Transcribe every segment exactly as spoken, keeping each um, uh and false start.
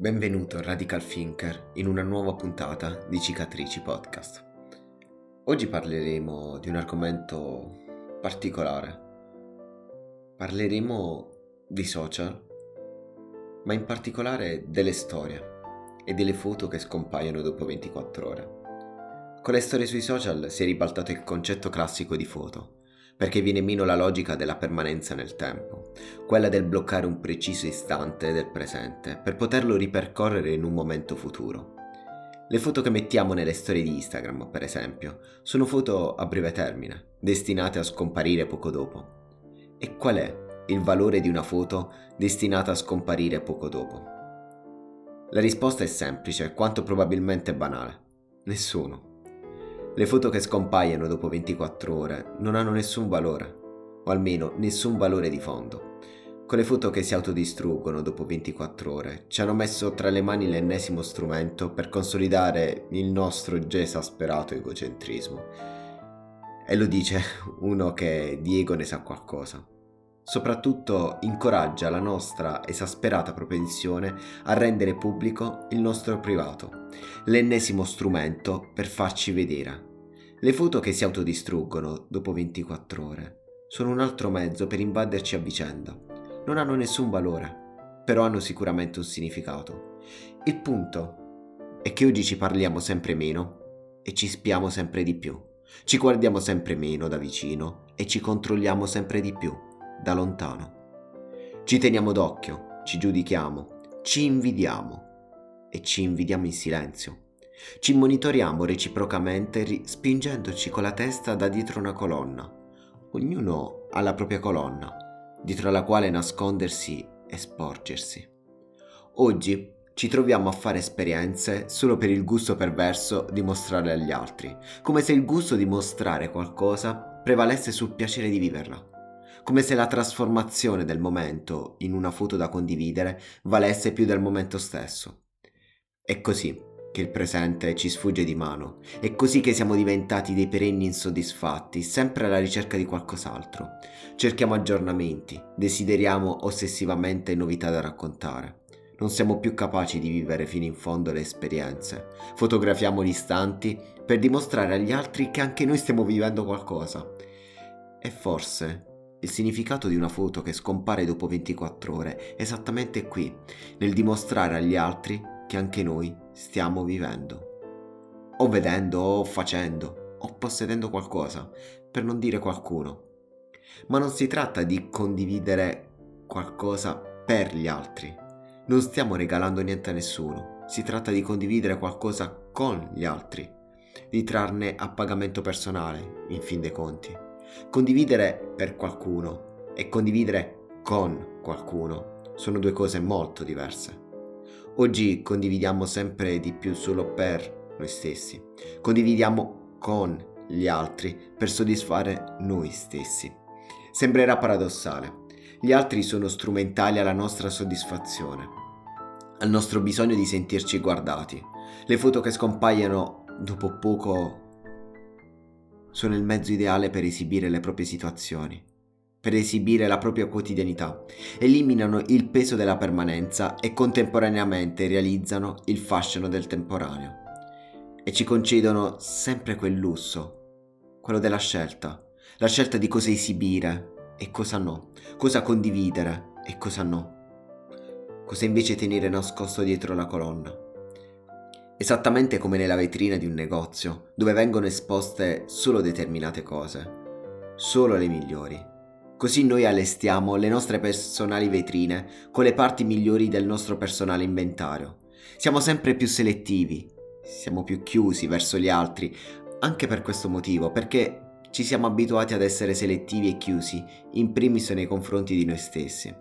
Benvenuto Radical Thinker in una nuova puntata di Cicatrici Podcast. Oggi parleremo di un argomento particolare. Parleremo di social, ma in particolare delle storie e delle foto che scompaiono dopo ventiquattro ore. Con le storie sui social si è ribaltato il concetto classico di foto, perché viene meno la logica della permanenza nel tempo, quella del bloccare un preciso istante del presente per poterlo ripercorrere in un momento futuro. Le foto che mettiamo nelle storie di Instagram, per esempio, sono foto a breve termine, destinate a scomparire poco dopo. E qual è il valore di una foto destinata a scomparire poco dopo? La risposta è semplice, quanto probabilmente banale. Nessuno. Le foto che scompaiono dopo ventiquattro ore non hanno nessun valore, o almeno nessun valore di fondo. Con le foto che si autodistruggono dopo ventiquattro ore ci hanno messo tra le mani l'ennesimo strumento per consolidare il nostro già esasperato egocentrismo. E lo dice uno che di ego ne sa qualcosa. Soprattutto incoraggia la nostra esasperata propensione a rendere pubblico il nostro privato, l'ennesimo strumento per farci vedere. Le foto che si autodistruggono dopo ventiquattro ore sono un altro mezzo per invaderci a vicenda. Non hanno nessun valore, però hanno sicuramente un significato. Il punto è che oggi ci parliamo sempre meno e ci spiamo sempre di più. Ci guardiamo sempre meno da vicino e ci controlliamo sempre di più da lontano. Ci teniamo d'occhio, ci giudichiamo, ci invidiamo e ci invidiamo in silenzio. Ci monitoriamo reciprocamente ri- spingendoci con la testa da dietro una colonna. Ognuno ha la propria colonna, dietro la quale nascondersi e sporgersi. Oggi ci troviamo a fare esperienze solo per il gusto perverso di mostrarle agli altri, come se il gusto di mostrare qualcosa prevalesse sul piacere di viverla. Come se la trasformazione del momento in una foto da condividere valesse più del momento stesso. È così che il presente ci sfugge di mano, è così che siamo diventati dei perenni insoddisfatti, sempre alla ricerca di qualcos'altro. Cerchiamo aggiornamenti, desideriamo ossessivamente novità da raccontare. Non siamo più capaci di vivere fino in fondo le esperienze. Fotografiamo gli istanti per dimostrare agli altri che anche noi stiamo vivendo qualcosa. E forse il significato di una foto che scompare dopo ventiquattro ore è esattamente qui, nel dimostrare agli altri che anche noi stiamo vivendo. O vedendo, o facendo, o possedendo qualcosa, per non dire qualcuno. Ma non si tratta di condividere qualcosa per gli altri. Non stiamo regalando niente a nessuno. Si tratta di condividere qualcosa con gli altri, di trarne a pagamento personale, in fin dei conti. Condividere per qualcuno e condividere con qualcuno sono due cose molto diverse. Oggi condividiamo sempre di più solo per noi stessi. Condividiamo con gli altri per soddisfare noi stessi. Sembrerà paradossale. Gli altri sono strumentali alla nostra soddisfazione, al nostro bisogno di sentirci guardati. Le foto che scompaiono dopo poco sono il mezzo ideale per esibire le proprie situazioni, per esibire la propria quotidianità, eliminano il peso della permanenza e contemporaneamente realizzano il fascino del temporaneo. E ci concedono sempre quel lusso, quello della scelta, la scelta di cosa esibire e cosa no, cosa condividere e cosa no, cosa invece tenere nascosto dietro la colonna. Esattamente come nella vetrina di un negozio, dove vengono esposte solo determinate cose, solo le migliori. Così noi allestiamo le nostre personali vetrine con le parti migliori del nostro personale inventario. Siamo sempre più selettivi, siamo più chiusi verso gli altri, anche per questo motivo, perché ci siamo abituati ad essere selettivi e chiusi, in primis nei confronti di noi stessi.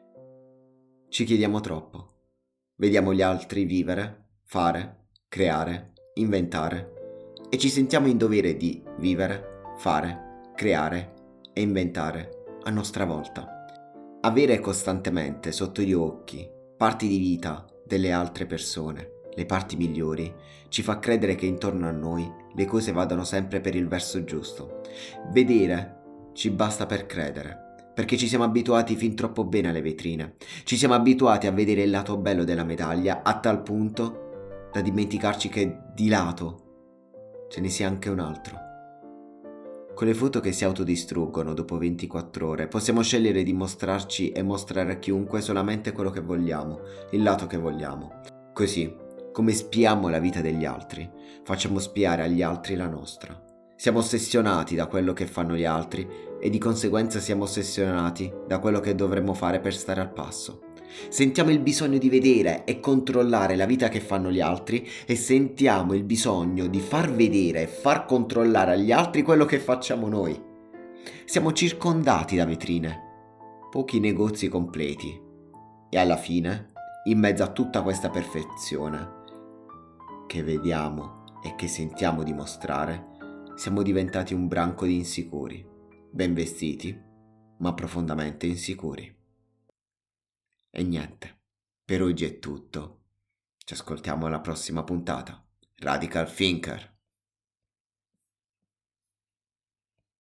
Ci chiediamo troppo. Vediamo gli altri vivere, fare, creare, inventare e ci sentiamo in dovere di vivere, fare, creare e inventare a nostra volta. Avere costantemente sotto gli occhi parti di vita delle altre persone, le parti migliori, ci fa credere che intorno a noi le cose vadano sempre per il verso giusto. Vedere ci basta per credere. perché ci siamo abituati fin troppo bene alle vetrine. Ci siamo abituati a vedere il lato bello della medaglia a tal punto da dimenticarci che di lato ce ne sia anche un altro. Con le foto che si autodistruggono dopo ventiquattro ore possiamo scegliere di mostrarci e mostrare a chiunque solamente quello che vogliamo, il lato che vogliamo. Così, come spiamo la vita degli altri, facciamo spiare agli altri la nostra. Siamo ossessionati da quello che fanno gli altri e di conseguenza siamo ossessionati da quello che dovremmo fare per stare al passo. Sentiamo il bisogno di vedere e controllare la vita che fanno gli altri e sentiamo il bisogno di far vedere e far controllare agli altri quello che facciamo noi. Siamo circondati da vetrine, pochi negozi completi e alla fine, in mezzo a tutta questa perfezione che vediamo e che sentiamo di mostrare, siamo diventati un branco di insicuri, ben vestiti, ma profondamente insicuri. E niente, per oggi è tutto. Ci ascoltiamo alla prossima puntata. Radical Thinker.